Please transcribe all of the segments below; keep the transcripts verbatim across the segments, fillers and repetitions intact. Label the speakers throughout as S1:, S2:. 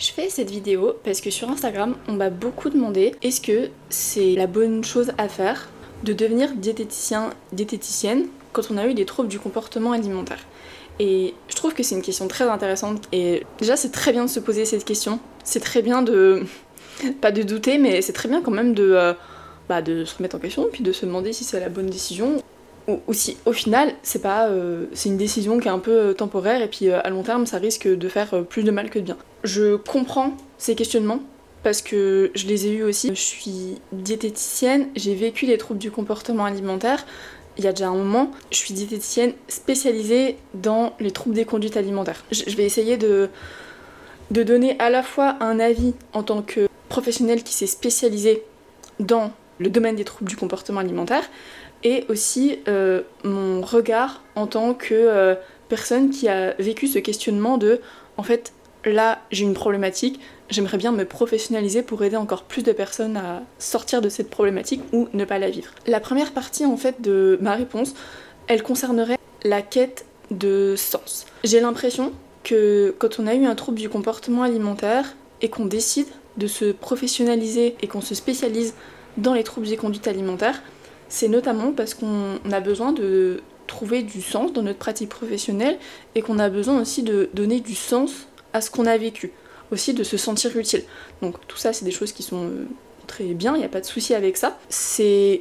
S1: Je fais cette vidéo parce que sur Instagram, on m'a beaucoup demandé est-ce que c'est la bonne chose à faire de devenir diététicien, diététicienne quand on a eu des troubles du comportement alimentaire. Et je trouve que c'est une question très intéressante et déjà c'est très bien de se poser cette question. C'est très bien de, pas de douter, mais c'est très bien quand même de, euh, bah, de se remettre en question puis de se demander si c'est la bonne décision. Ou, ou si au final c'est pas euh, c'est une décision qui est un peu euh, temporaire et puis euh, à long terme ça risque de faire euh, plus de mal que de bien. Je comprends ces questionnements parce que je les ai eus aussi. Je suis diététicienne, j'ai vécu les troubles du comportement alimentaire il y a déjà un moment. Je suis diététicienne spécialisée dans les troubles des conduites alimentaires. Je vais essayer de, de donner à la fois un avis en tant que professionnelle qui s'est spécialisée dans le domaine des troubles du comportement alimentaire et aussi euh, mon regard en tant que euh, personne qui a vécu ce questionnement de en fait là j'ai une problématique, j'aimerais bien me professionnaliser pour aider encore plus de personnes à sortir de cette problématique ou ne pas la vivre. La première partie en fait de ma réponse, elle concernerait la quête de sens. J'ai l'impression que quand on a eu un trouble du comportement alimentaire et qu'on décide de se professionnaliser et qu'on se spécialise dans les troubles des conduites alimentaires, c'est notamment parce qu'on a besoin de trouver du sens dans notre pratique professionnelle et qu'on a besoin aussi de donner du sens à ce qu'on a vécu, aussi de se sentir utile. Donc tout ça, c'est des choses qui sont euh, très bien, il n'y a pas de souci avec ça. C'est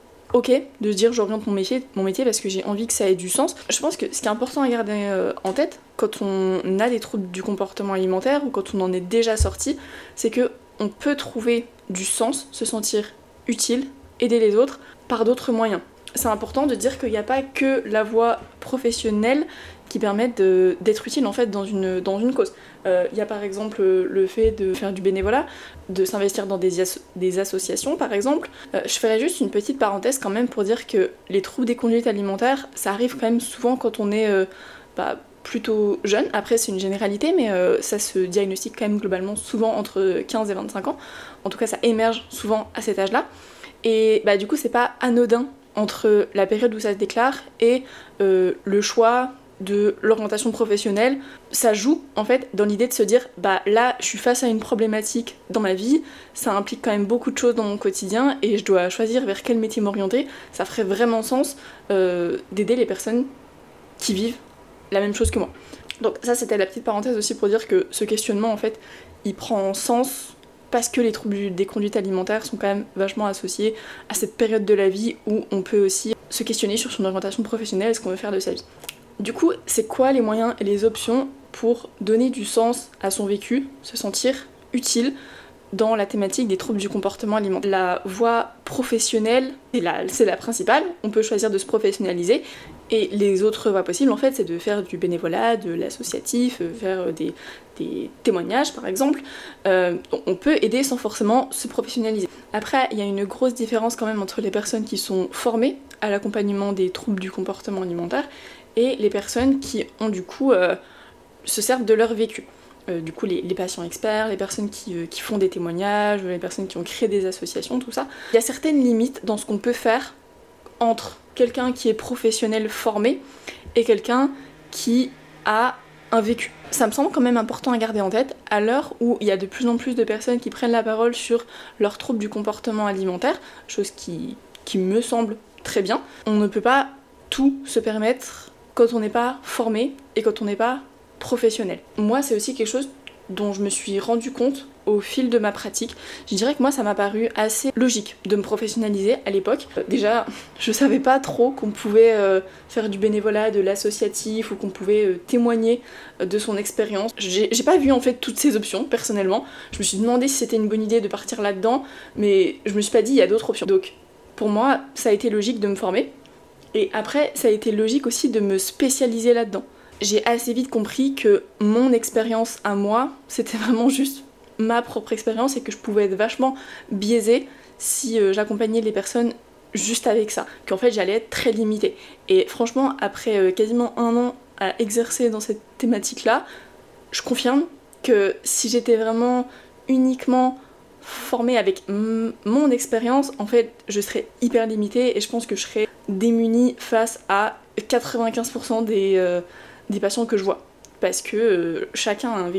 S1: ok de se dire j'oriente mon métier, mon métier parce que j'ai envie que ça ait du sens. Je pense que ce qui est important à garder euh, en tête quand on a des troubles du comportement alimentaire ou quand on en est déjà sorti, c'est que on peut trouver du sens, se sentir utile, aider les autres par d'autres moyens. C'est important de dire qu'il n'y a pas que la voie professionnelle qui permettent de, d'être utile en fait dans une, dans une cause. Il euh, y a par exemple le fait de faire du bénévolat, de s'investir dans des, as- des associations par exemple. Euh, je ferais juste une petite parenthèse quand même pour dire que les troubles des conduites alimentaires, ça arrive quand même souvent quand on est euh, bah, plutôt jeune. Après c'est une généralité, mais euh, ça se diagnostique quand même globalement souvent entre quinze et vingt-cinq ans. En tout cas ça émerge souvent à cet âge-là. Et bah, du coup c'est pas anodin entre la période où ça se déclare et euh, le choix de l'orientation professionnelle. Ça joue en fait dans l'idée de se dire bah là je suis face à une problématique dans ma vie, ça implique quand même beaucoup de choses dans mon quotidien et je dois choisir vers quel métier m'orienter. Ça ferait vraiment sens euh, d'aider les personnes qui vivent la même chose que moi. Donc ça c'était la petite parenthèse aussi pour dire que ce questionnement en fait il prend sens parce que les troubles des conduites alimentaires sont quand même vachement associés à cette période de la vie où on peut aussi se questionner sur son orientation professionnelle et ce qu'on veut faire de sa vie. Du coup, c'est quoi les moyens et les options pour donner du sens à son vécu, se sentir utile dans la thématique des troubles du comportement alimentaire? La voie professionnelle, c'est la, c'est la principale, on peut choisir de se professionnaliser, et les autres voies possibles en fait c'est de faire du bénévolat, de l'associatif, faire des, des témoignages par exemple. Euh, on peut aider sans forcément se professionnaliser. Après, il y a une grosse différence quand même entre les personnes qui sont formées à l'accompagnement des troubles du comportement alimentaire et les personnes qui ont du coup euh, se servent de leur vécu. Euh, du coup les, les patients experts, les personnes qui, euh, qui font des témoignages, les personnes qui ont créé des associations, tout ça. Il y a certaines limites dans ce qu'on peut faire entre quelqu'un qui est professionnel formé et quelqu'un qui a un vécu. Ça me semble quand même important à garder en tête à l'heure où il y a de plus en plus de personnes qui prennent la parole sur leurs troubles du comportement alimentaire, chose qui, qui me semble très bien. On ne peut pas tout se permettre quand on n'est pas formé et quand on n'est pas professionnel. Moi, c'est aussi quelque chose dont je me suis rendu compte au fil de ma pratique. Je dirais que moi, ça m'a paru assez logique de me professionnaliser à l'époque. Euh, déjà, je savais pas trop qu'on pouvait euh, faire du bénévolat, de l'associatif, ou qu'on pouvait euh, témoigner euh, de son expérience. J'ai, j'ai pas vu en fait toutes ces options, personnellement. Je me suis demandé si c'était une bonne idée de partir là-dedans, mais je me suis pas dit il y a d'autres options. Donc, pour moi, ça a été logique de me former. Et après, ça a été logique aussi de me spécialiser là-dedans. J'ai assez vite compris que mon expérience à moi, c'était vraiment juste ma propre expérience et que je pouvais être vachement biaisée si euh, j'accompagnais les personnes juste avec ça. Qu'en fait, j'allais être très limitée. Et franchement, après euh, quasiment un an à exercer dans cette thématique-là, je confirme que si j'étais vraiment uniquement formée avec m- mon expérience, en fait, je serais hyper limitée et je pense que je serais démunie face à quatre-vingt-quinze pour cent des... Euh, des patients que je vois. Parce que euh, chacun a un vécu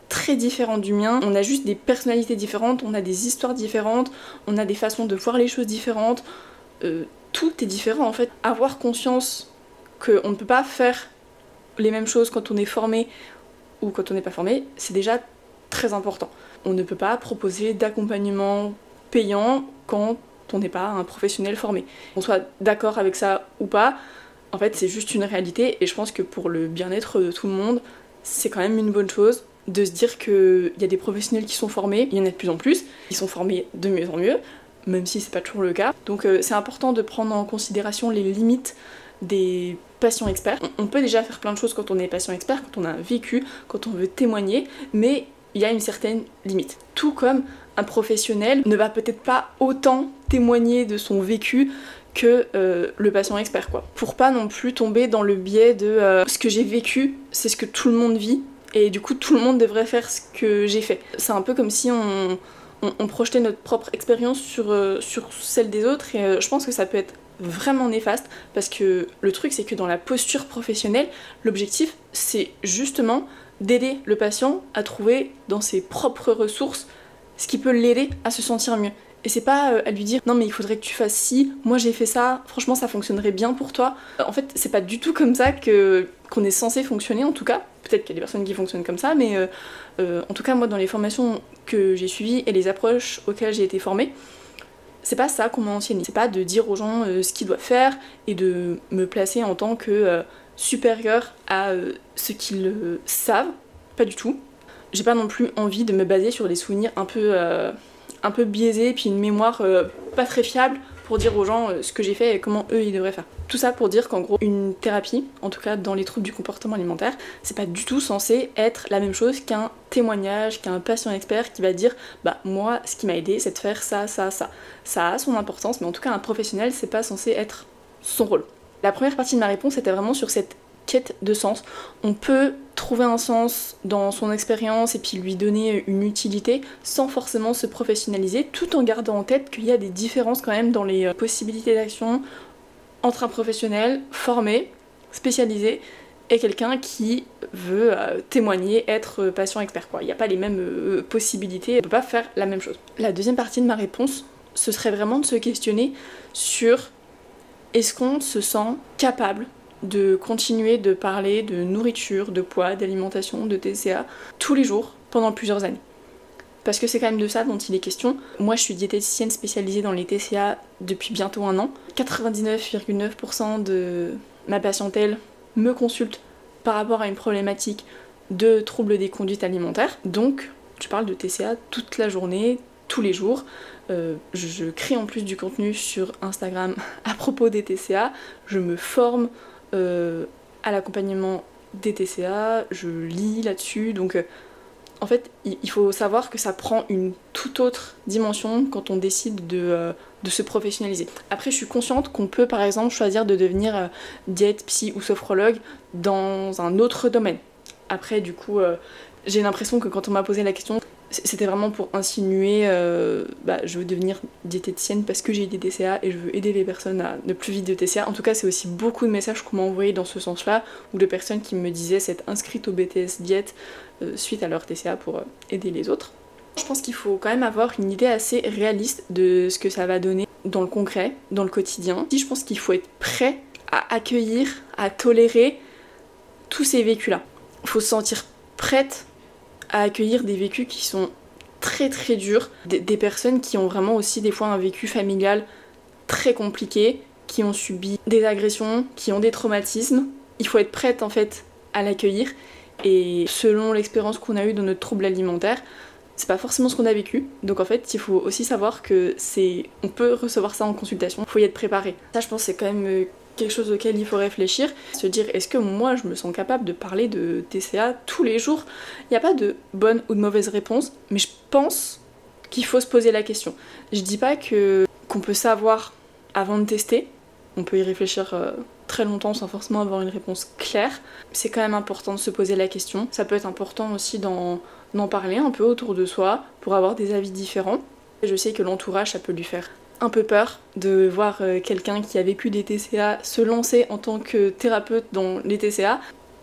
S1: très différent du mien, on a juste des personnalités différentes, on a des histoires différentes, on a des façons de voir les choses différentes, euh, tout est différent en fait. Avoir conscience qu'on ne peut pas faire les mêmes choses quand on est formé ou quand on n'est pas formé, c'est déjà très important. On ne peut pas proposer d'accompagnement payant quand on n'est pas un professionnel formé. Qu'on soit d'accord avec ça ou pas, en fait c'est juste une réalité et je pense que pour le bien-être de tout le monde, c'est quand même une bonne chose de se dire qu'il y a des professionnels qui sont formés, il y en a de plus en plus, ils sont formés de mieux en mieux, même si c'est pas toujours le cas. Donc euh, c'est important de prendre en considération les limites des patients experts. On peut déjà faire plein de choses quand on est patient expert, quand on a un vécu, quand on veut témoigner, mais il y a une certaine limite. Tout comme un professionnel ne va peut-être pas autant témoigner de son vécu que euh, le patient expert, quoi. Pour pas non plus tomber dans le biais de euh, ce que j'ai vécu, c'est ce que tout le monde vit, et du coup tout le monde devrait faire ce que j'ai fait. C'est un peu comme si on, on, on projetait notre propre expérience sur, euh, sur celle des autres, et euh, je pense que ça peut être vraiment néfaste, parce que le truc c'est que dans la posture professionnelle, l'objectif c'est justement d'aider le patient à trouver dans ses propres ressources ce qui peut l'aider à se sentir mieux. Et c'est pas euh, à lui dire non mais il faudrait que tu fasses ci, moi j'ai fait ça, franchement ça fonctionnerait bien pour toi. Euh, en fait c'est pas du tout comme ça que, qu'on est censé fonctionner en tout cas. Peut-être qu'il y a des personnes qui fonctionnent comme ça, mais euh, euh, en tout cas moi dans les formations que j'ai suivies et les approches auxquelles j'ai été formée, c'est pas ça qu'on m'a enseigné. C'est pas de dire aux gens euh, ce qu'ils doivent faire et de me placer en tant que euh, supérieure à euh, ce qu'ils euh, savent, pas du tout. J'ai pas non plus envie de me baser sur des souvenirs un peu, euh, un peu biaisés, puis une mémoire euh, pas très fiable pour dire aux gens euh, ce que j'ai fait et comment eux ils devraient faire. Tout ça pour dire qu'en gros, une thérapie, en tout cas dans les troubles du comportement alimentaire, c'est pas du tout censé être la même chose qu'un témoignage, qu'un patient expert qui va dire bah moi ce qui m'a aidé c'est de faire ça, ça, ça. Ça a son importance, mais en tout cas un professionnel c'est pas censé être son rôle. La première partie de ma réponse était vraiment sur cette quête de sens. On peut trouver un sens dans son expérience et puis lui donner une utilité sans forcément se professionnaliser, tout en gardant en tête qu'il y a des différences quand même dans les possibilités d'action entre un professionnel formé, spécialisé, et quelqu'un qui veut euh, témoigner, être patient expert, quoi. Il n'y a pas les mêmes euh, possibilités, on ne peut pas faire la même chose. La deuxième partie de ma réponse, ce serait vraiment de se questionner sur est-ce qu'on se sent capable de continuer de parler de nourriture, de poids, d'alimentation, de T C A tous les jours pendant plusieurs années. Parce que c'est quand même de ça dont il est question. Moi je suis diététicienne spécialisée dans les T C A depuis bientôt un an. quatre-vingt-dix-neuf virgule neuf pour cent de ma patientèle me consulte par rapport à une problématique de troubles des conduites alimentaires. Donc je parle de T C A toute la journée, tous les jours. Euh, je crée en plus du contenu sur Instagram à propos des T C A. Je me forme euh, à l'accompagnement des T C A, je lis là-dessus. Donc euh, en fait, il faut savoir que ça prend une toute autre dimension quand on décide de, euh, de se professionnaliser. Après, je suis consciente qu'on peut par exemple choisir de devenir euh, diète, psy ou sophrologue dans un autre domaine. Après, du coup, euh, j'ai l'impression que quand on m'a posé la question, c'était vraiment pour insinuer euh, bah, je veux devenir diététicienne parce que j'ai des T C A et je veux aider les personnes à ne plus vivre de T C A. En tout cas, c'est aussi beaucoup de messages qu'on m'a envoyés dans ce sens-là, ou de personnes qui me disaient s'être inscrites au B T S diète euh, suite à leur T C A pour euh, aider les autres. Je pense qu'il faut quand même avoir une idée assez réaliste de ce que ça va donner dans le concret, dans le quotidien. Je pense qu'il faut être prêt à accueillir, à tolérer tous ces vécus-là. Il faut se sentir prête à accueillir des vécus qui sont très très durs, des, des personnes qui ont vraiment aussi des fois un vécu familial très compliqué, qui ont subi des agressions, qui ont des traumatismes. Il faut être prête en fait à l'accueillir, et selon l'expérience qu'on a eue dans notre trouble alimentaire, c'est pas forcément ce qu'on a vécu, donc en fait il faut aussi savoir que c'est, on peut recevoir ça en consultation, il faut y être préparé. Ça je pense c'est quand même quelque chose auquel il faut réfléchir, se dire est-ce que moi je me sens capable de parler de T C A tous les jours. Il n'y a pas de bonne ou de mauvaise réponse, mais je pense qu'il faut se poser la question. Je dis pas que qu'on peut savoir avant de tester, on peut y réfléchir euh, très longtemps sans forcément avoir une réponse claire. C'est quand même important de se poser la question. Ça peut être important aussi d'en, d'en parler un peu autour de soi pour avoir des avis différents. Je sais que l'entourage ça peut lui faire un peu peur de voir quelqu'un qui a vécu des T C A se lancer en tant que thérapeute dans les T C A.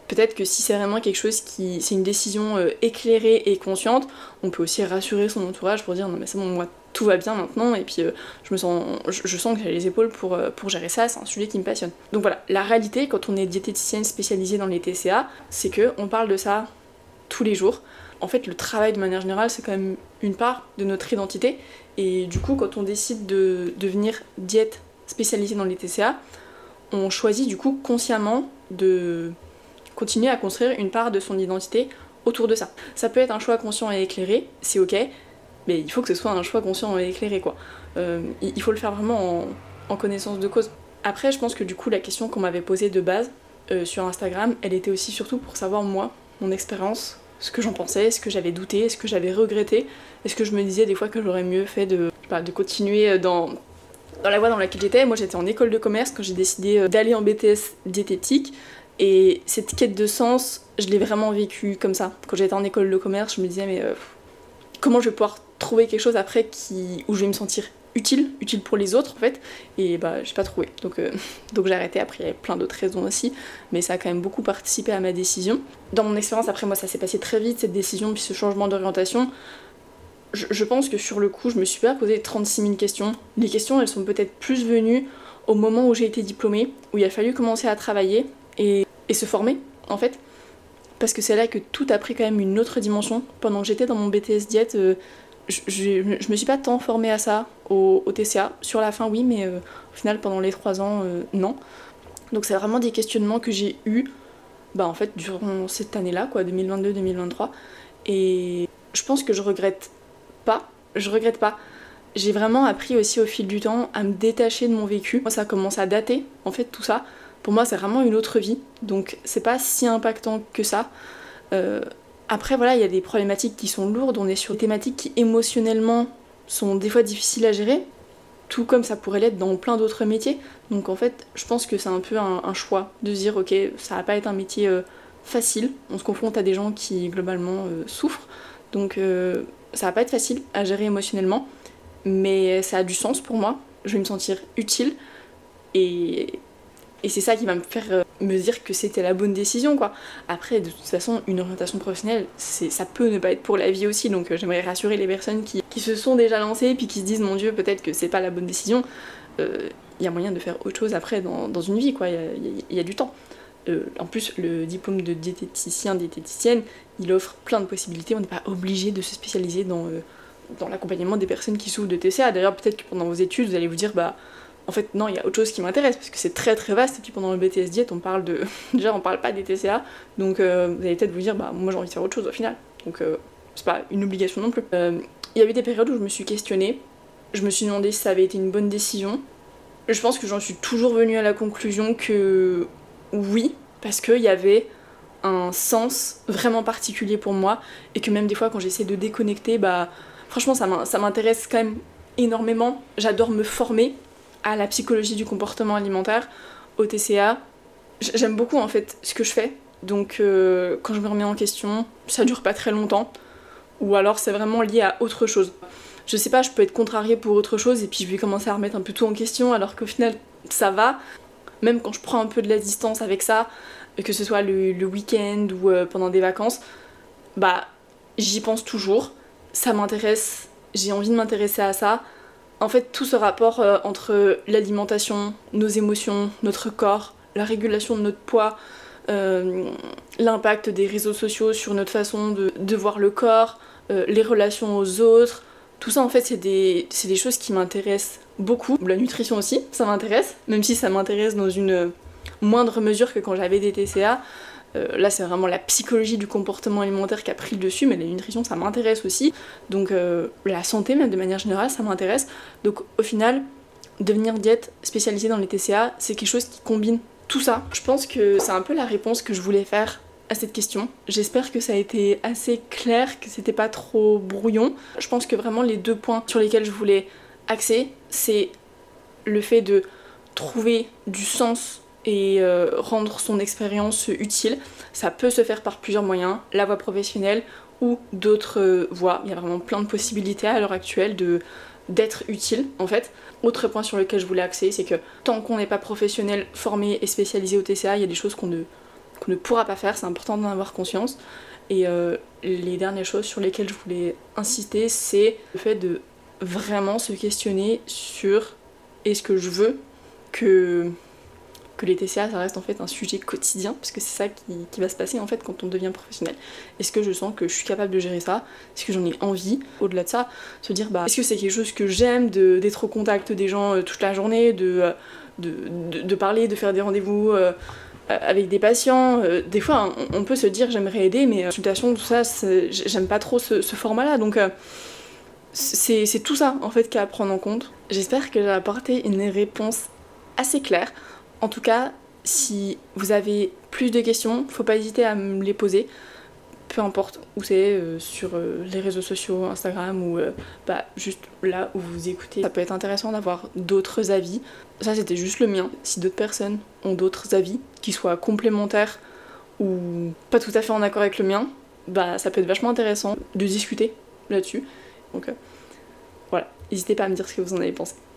S1: Peut-être que si c'est vraiment quelque chose qui... c'est une décision euh, éclairée et consciente, on peut aussi rassurer son entourage pour dire non mais c'est bon, moi tout va bien maintenant et puis euh, je me sens je, je sens que j'ai les épaules pour, euh, pour gérer ça, c'est un sujet qui me passionne. Donc voilà, la réalité quand on est diététicienne spécialisée dans les T C A, c'est que on parle de ça tous les jours. En fait, le travail de manière générale, c'est quand même une part de notre identité et du coup, quand on décide de devenir diète spécialisée dans les T C A, on choisit du coup consciemment de continuer à construire une part de son identité autour de ça. Ça peut être un choix conscient et éclairé, c'est ok, mais il faut que ce soit un choix conscient et éclairé quoi. Euh, il faut le faire vraiment en, en connaissance de cause. Après, je pense que du coup, la question qu'on m'avait posée de base euh, sur Instagram, elle était aussi surtout pour savoir moi, mon expérience, ce que j'en pensais, ce que j'avais douté, ce que j'avais regretté, est-ce que je me disais des fois que j'aurais mieux fait de, je sais pas, de continuer dans, dans la voie dans laquelle j'étais. Moi, j'étais en école de commerce quand j'ai décidé d'aller en B T S diététique. Et cette quête de sens, je l'ai vraiment vécue comme ça. Quand j'étais en école de commerce, je me disais mais euh, comment je vais pouvoir trouver quelque chose après qui... où je vais me sentir utile, utile pour les autres en fait. Et bah j'ai pas trouvé. Donc, euh, donc j'ai arrêté. Après il y avait plein d'autres raisons aussi, mais ça a quand même beaucoup participé à ma décision. Dans mon expérience, après moi ça s'est passé très vite cette décision puis ce changement d'orientation. Je, je pense que sur le coup, je me suis pas posé trente-six mille questions. Les questions elles sont peut-être plus venues au moment où j'ai été diplômée, où il a fallu commencer à travailler et et se former en fait, parce que c'est là que tout a pris quand même une autre dimension. Pendant que j'étais dans mon B T S diète, euh, je, je, je me suis pas tant formée à ça, au, au T C A, sur la fin oui, mais euh, au final pendant les trois ans, euh, non. Donc c'est vraiment des questionnements que j'ai eus, bah en fait durant cette année-là, quoi, deux mille vingt-deux deux mille vingt-trois, et je pense que je regrette pas, je regrette pas. J'ai vraiment appris aussi au fil du temps à me détacher de mon vécu. Moi ça commence à dater, en fait tout ça. Pour moi, c'est vraiment une autre vie, donc c'est pas si impactant que ça. Euh, après, voilà, il y a des problématiques qui sont lourdes, on est sur des thématiques qui émotionnellement sont des fois difficiles à gérer, tout comme ça pourrait l'être dans plein d'autres métiers. Donc en fait, je pense que c'est un peu un, un choix de se dire, ok, ça va pas être un métier euh, facile, on se confronte à des gens qui globalement euh, souffrent, donc euh, ça va pas être facile à gérer émotionnellement, mais ça a du sens pour moi, je vais me sentir utile, et... Et c'est ça qui va me faire euh, me dire que c'était la bonne décision, quoi. Après, de toute façon, une orientation professionnelle, c'est, ça peut ne pas être pour la vie aussi, donc euh, j'aimerais rassurer les personnes qui, qui se sont déjà lancées, puis qui se disent, mon Dieu, peut-être que c'est pas la bonne décision. Il euh, y a moyen de faire autre chose après dans, dans une vie, quoi. Il y, y, y a du temps. Euh, en plus, le diplôme de diététicien, diététicienne, il offre plein de possibilités. On n'est pas obligé de se spécialiser dans, euh, dans l'accompagnement des personnes qui souffrent de T C A. D'ailleurs, peut-être que pendant vos études, vous allez vous dire, bah... en fait, non, il y a autre chose qui m'intéresse, parce que c'est très très vaste, et puis pendant le B T S diète, on parle de... déjà, on parle pas des T C A, donc euh, vous allez peut-être vous dire, bah, moi j'ai envie de faire autre chose au final. Donc, euh, c'est pas une obligation non plus. Euh, il y a eu des périodes où je me suis questionnée, je me suis demandé si ça avait été une bonne décision. Je pense que j'en suis toujours venue à la conclusion que oui, parce qu'il y avait un sens vraiment particulier pour moi, et que même des fois, quand j'essaie de déconnecter, bah, franchement, ça m'intéresse quand même énormément. J'adore me former à la psychologie du comportement alimentaire, au T C A. J'aime beaucoup en fait ce que je fais, donc euh, quand je me remets en question, ça dure pas très longtemps, ou alors c'est vraiment lié à autre chose. Je sais pas, je peux être contrariée pour autre chose et puis je vais commencer à remettre un peu tout en question alors qu'au final ça va. Même quand je prends un peu de la distance avec ça, que ce soit le, le week-end ou euh, pendant des vacances, bah j'y pense toujours, ça m'intéresse, j'ai envie de m'intéresser à ça. En fait, tout ce rapport euh, entre l'alimentation, nos émotions, notre corps, la régulation de notre poids, euh, l'impact des réseaux sociaux sur notre façon de, de voir le corps, euh, les relations aux autres, tout ça en fait c'est des, c'est des choses qui m'intéressent beaucoup. La nutrition aussi, ça m'intéresse, même si ça m'intéresse dans une moindre mesure que quand j'avais des T C A. Euh, là c'est vraiment la psychologie du comportement alimentaire qui a pris le dessus, mais la nutrition ça m'intéresse aussi, donc euh, la santé même de manière générale ça m'intéresse, donc au final devenir diète spécialisée dans les T C A c'est quelque chose qui combine tout ça. Je pense que c'est un peu la réponse que je voulais faire à cette question, j'espère que ça a été assez clair, que c'était pas trop brouillon. Je pense que vraiment les deux points sur lesquels je voulais axer, c'est le fait de trouver du sens et euh, rendre son expérience utile. Ça peut se faire par plusieurs moyens, la voie professionnelle ou d'autres euh, voies. Il y a vraiment plein de possibilités à l'heure actuelle de, d'être utile en fait. Autre point sur lequel je voulais axer, c'est que tant qu'on n'est pas professionnel, formé et spécialisé au T C A, il y a des choses qu'on ne, qu'on ne pourra pas faire, c'est important d'en avoir conscience. Et euh, les dernières choses sur lesquelles je voulais insister, c'est le fait de vraiment se questionner sur est-ce que je veux que, que les T C A ça reste en fait un sujet quotidien, parce que c'est ça qui, qui va se passer en fait quand on devient professionnel. Est-ce que je sens que je suis capable de gérer ça? Est-ce que j'en ai envie? Au-delà de ça, se dire bah est-ce que c'est quelque chose que j'aime de, d'être au contact des gens euh, toute la journée, de, euh, de, de, de parler, de faire des rendez-vous euh, avec des patients, euh, des fois on, on peut se dire j'aimerais aider, mais euh, consultation, tout ça, j'aime pas trop ce, ce format-là, donc euh, c'est, c'est tout ça en fait qu'il y a à prendre en compte. J'espère que j'ai apporté une réponse assez claire. En tout cas, si vous avez plus de questions, faut pas hésiter à me les poser, peu importe où c'est, euh, sur euh, les réseaux sociaux, Instagram ou euh, bah, juste là où vous écoutez. Ça peut être intéressant d'avoir d'autres avis. Ça c'était juste le mien. Si d'autres personnes ont d'autres avis, qui soient complémentaires ou pas tout à fait en accord avec le mien, bah ça peut être vachement intéressant de discuter là-dessus. Donc euh, voilà, n'hésitez pas à me dire ce que vous en avez pensé.